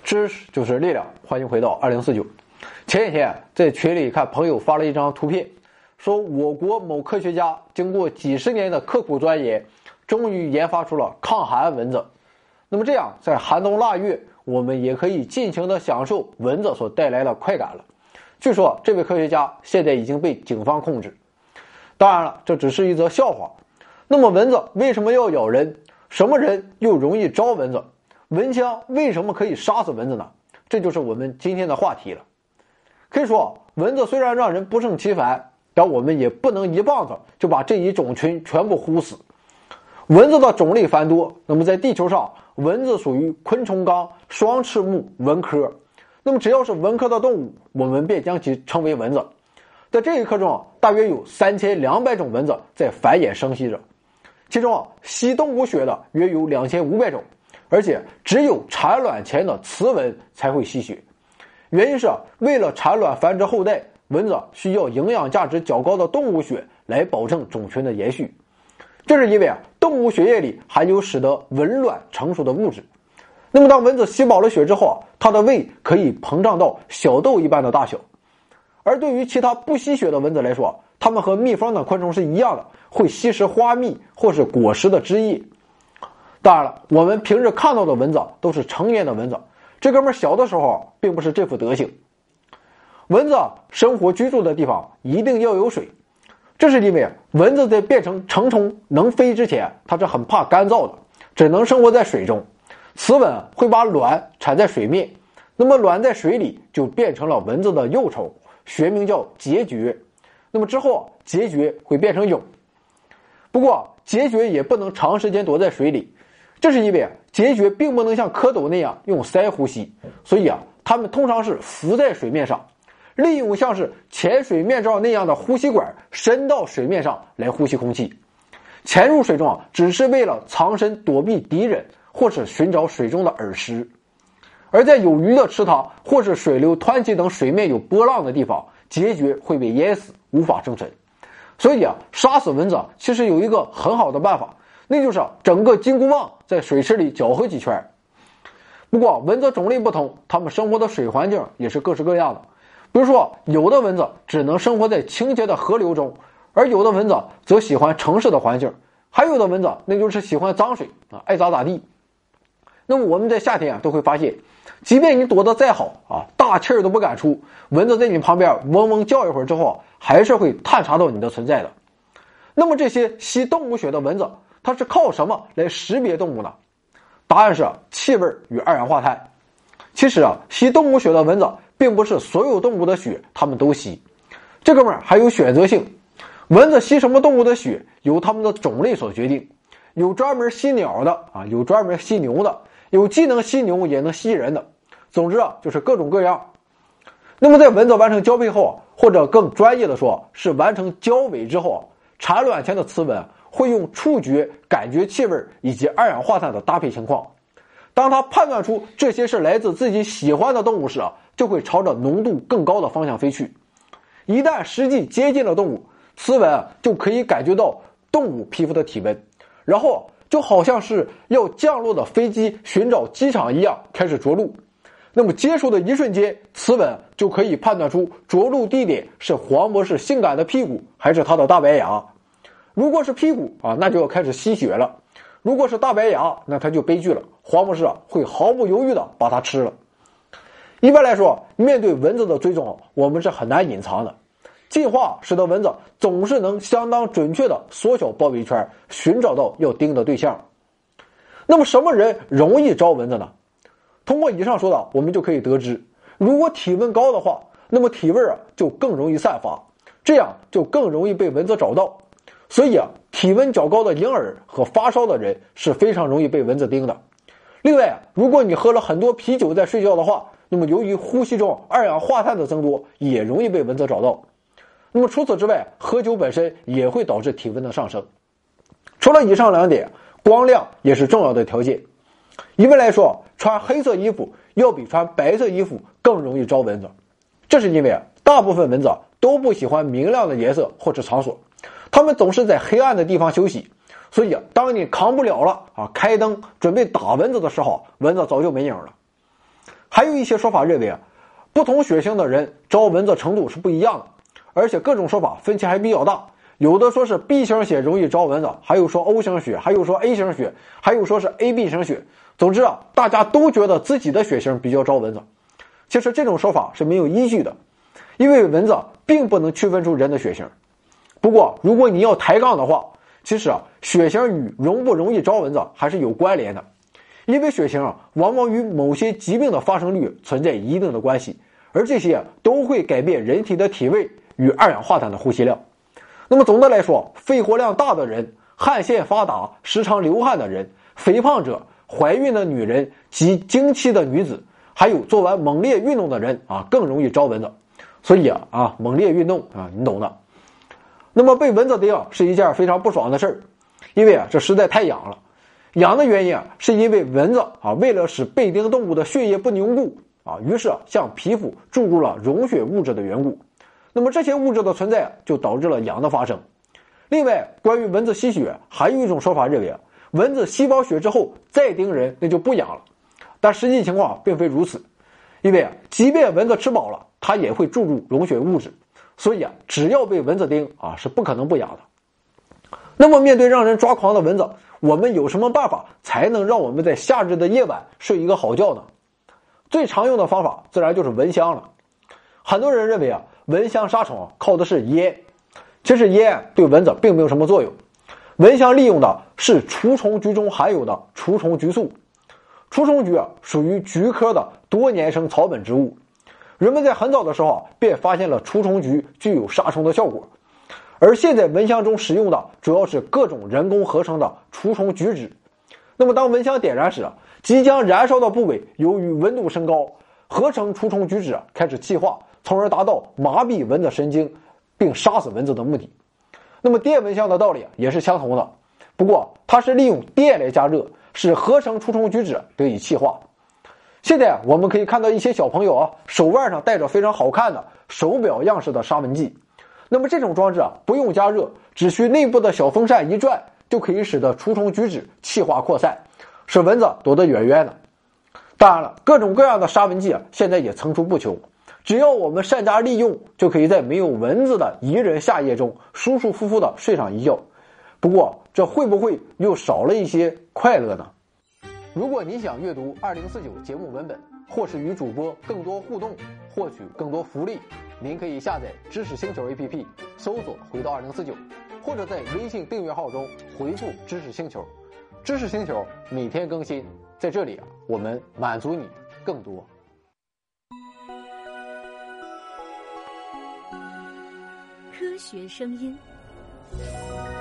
知识就是力量，欢迎回到2049。前几天在群里看朋友发了一张图片，说我国某科学家经过几十年的刻苦钻研，终于研发出了抗寒蚊子。那么这样在寒冬腊月，我们也可以尽情的享受蚊子所带来的快感了。据说这位科学家现在已经被警方控制。当然了，这只是一则笑话。那么蚊子为什么要咬人？什么人又容易招蚊子？蚊香为什么可以杀死蚊子呢？这就是我们今天的话题了。可以说，蚊子虽然让人不胜其烦，但我们也不能一棒子就把这一种群全部呼死。蚊子的种类繁多，那么在地球上，蚊子属于昆虫纲双翅目蚊科。那么只要是蚊科的动物，我们便将其称为蚊子。在这一科中，大约有3200种蚊子在繁衍生息着，其中吸动物血的约有2500种，而且只有产卵前的雌蚊才会吸血。原因是为了产卵繁殖后代，蚊子需要营养价值较高的动物血来保证种群的延续。这是因为动物血液里含有使得蚊卵成熟的物质。那么当蚊子吸饱了血之后，它的胃可以膨胀到小豆一般的大小。而对于其他不吸血的蚊子来说，它们和蜜蜂等昆虫是一样的，会吸食花蜜或是果实的汁液。当然了，我们平日看到的蚊子都是成年的蚊子，这哥们小的时候并不是这副德行。蚊子生活居住的地方一定要有水，这是因为蚊子在变成成虫能飞之前，它是很怕干燥的，只能生活在水中。雌蚊会把卵产在水面，那么卵在水里就变成了蚊子的幼虫，学名叫孑孓。那么之后孑孓会变成蛹。不过孑孓也不能长时间躲在水里，这是因为孑孓并不能像蝌蚪那样用鳃呼吸，所以它们通常是浮在水面上，利用像是潜水面罩那样的呼吸管伸到水面上来呼吸空气。潜入水中只是为了藏身躲避敌人，或是寻找水中的饵食。而在有鱼的池塘或是水流湍急等水面有波浪的地方，孑孓会被淹死，无法生存。所以杀死蚊子其实有一个很好的办法，那就是整个金箍棒在水池里搅和几圈。不过蚊子种类不同，它们生活的水环境也是各式各样的。比如说，有的蚊子只能生活在清洁的河流中，而有的蚊子则喜欢城市的环境，还有的蚊子那就是喜欢脏水爱咋咋地。那么我们在夏天都会发现，即便你躲得再好大气儿都不敢出，蚊子在你旁边嗡嗡叫一会儿之后，还是会探查到你的存在的。那么这些吸动物血的蚊子，它是靠什么来识别动物呢？答案是气味与二氧化碳。其实吸动物血的蚊子并不是所有动物的血它们都吸，这哥们儿还有选择性。蚊子吸什么动物的血由它们的种类所决定，有专门吸鸟的有专门吸牛的，有既能吸牛也能吸人的，总之就是各种各样。那么在蚊子完成交配后，或者更专业的说是完成交尾之后，产卵前的雌蚊会用触觉感觉气味以及二氧化碳的搭配情况。当它判断出这些是来自自己喜欢的动物时，就会朝着浓度更高的方向飞去。一旦实际接近了动物，雌蚊就可以感觉到动物皮肤的体温，然后就好像是要降落的飞机寻找机场一样开始着陆。那么接触的一瞬间，雌蚊就可以判断出着陆地点是黄博士性感的屁股还是他的大白牙。如果是屁股那就要开始吸血了；如果是大白牙，那他就悲剧了，黄博士会毫不犹豫的把它吃了。一般来说，面对蚊子的追踪，我们是很难隐藏的。进化使得蚊子总是能相当准确的缩小包围圈，寻找到要叮的对象。那么什么人容易招蚊子呢？通过以上说的，我们就可以得知，如果体温高的话，那么体味就更容易散发，这样就更容易被蚊子找到。所以体温较高的婴儿和发烧的人是非常容易被蚊子叮的。另外如果你喝了很多啤酒在睡觉的话，那么由于呼吸中二氧化碳的增多，也容易被蚊子找到。那么除此之外，喝酒本身也会导致体温的上升。除了以上两点，光亮也是重要的条件。一般来说，穿黑色衣服要比穿白色衣服更容易招蚊子，这是因为大部分蚊子都不喜欢明亮的颜色或者场所，它们总是在黑暗的地方休息。所以当你扛不了了开灯准备打蚊子的时候，蚊子早就没影了。 还有一些说法认为不同血型的人招蚊子程度是不一样的，而且各种说法分歧还比较大。有的说是 B 型血容易招蚊子，还有说 O 型血，还有说 A 型血，还有说是 AB 型血。总之大家都觉得自己的血型比较招蚊子。其实这种说法是没有依据的，因为蚊子并不能区分出人的血型。不过如果你要抬杠的话，其实血型与容不容易招蚊子还是有关联的，因为血型往往与某些疾病的发生率存在一定的关系，而这些都会改变人体的体味与二氧化碳的呼吸量。那么总的来说，肺活量大的人、汗腺发达、时常流汗的人、肥胖者、怀孕的女人及经期的女子，还有做完猛烈运动的人更容易招蚊子。所以猛烈运动你懂的。那么被蚊子叮是一件非常不爽的事儿，因为这实在太痒了。痒的原因是因为蚊子为了使被叮动物的血液不凝固于是向皮肤注入了溶血物质的缘故。那么这些物质的存在就导致了痒的发生。另外，关于蚊子吸血，还有一种说法认为蚊子吸饱血之后再叮人那就不痒了，但实际情况并非如此。因为即便蚊子吃饱了，它也会注入溶血物质，所以只要被蚊子叮是不可能不痒的。那么面对让人抓狂的蚊子，我们有什么办法才能让我们在夏日的夜晚睡一个好觉呢？最常用的方法自然就是蚊香了。很多人认为蚊香杀虫靠的是烟，其实烟对蚊子并没有什么作用。蚊香利用的是除虫菊中含有的除虫菊素。除虫菊属于菊科的多年生草本植物，人们在很早的时候便发现了除虫菊具有杀虫的效果。而现在蚊香中使用的主要是各种人工合成的除虫菊酯。那么当蚊香点燃时，即将燃烧的部位由于温度升高，合成除虫菊酯开始气化，从而达到麻痹蚊子神经并杀死蚊子的目的。那么电蚊香的道理也是相同的，不过它是利用电来加热，使合成除虫菊酯得以气化。现在我们可以看到一些小朋友手腕上戴着非常好看的手表样式的杀蚊剂。那么这种装置不用加热，只需内部的小风扇一转，就可以使得除虫菊酯气化扩散，使蚊子躲得远远的。当然了，各种各样的杀蚊剂现在也层出不穷，只要我们善加利用，就可以在没有蚊子的宜人夏夜中舒舒服服的睡上一觉。不过这会不会又少了一些快乐呢？如果你想阅读2049节目文本，或是与主播更多互动，获取更多福利，您可以下载知识星球 APP， 搜索回到2049，或者在微信订阅号中回复知识星球。知识星球每天更新，在这里我们满足你更多。 科学声音。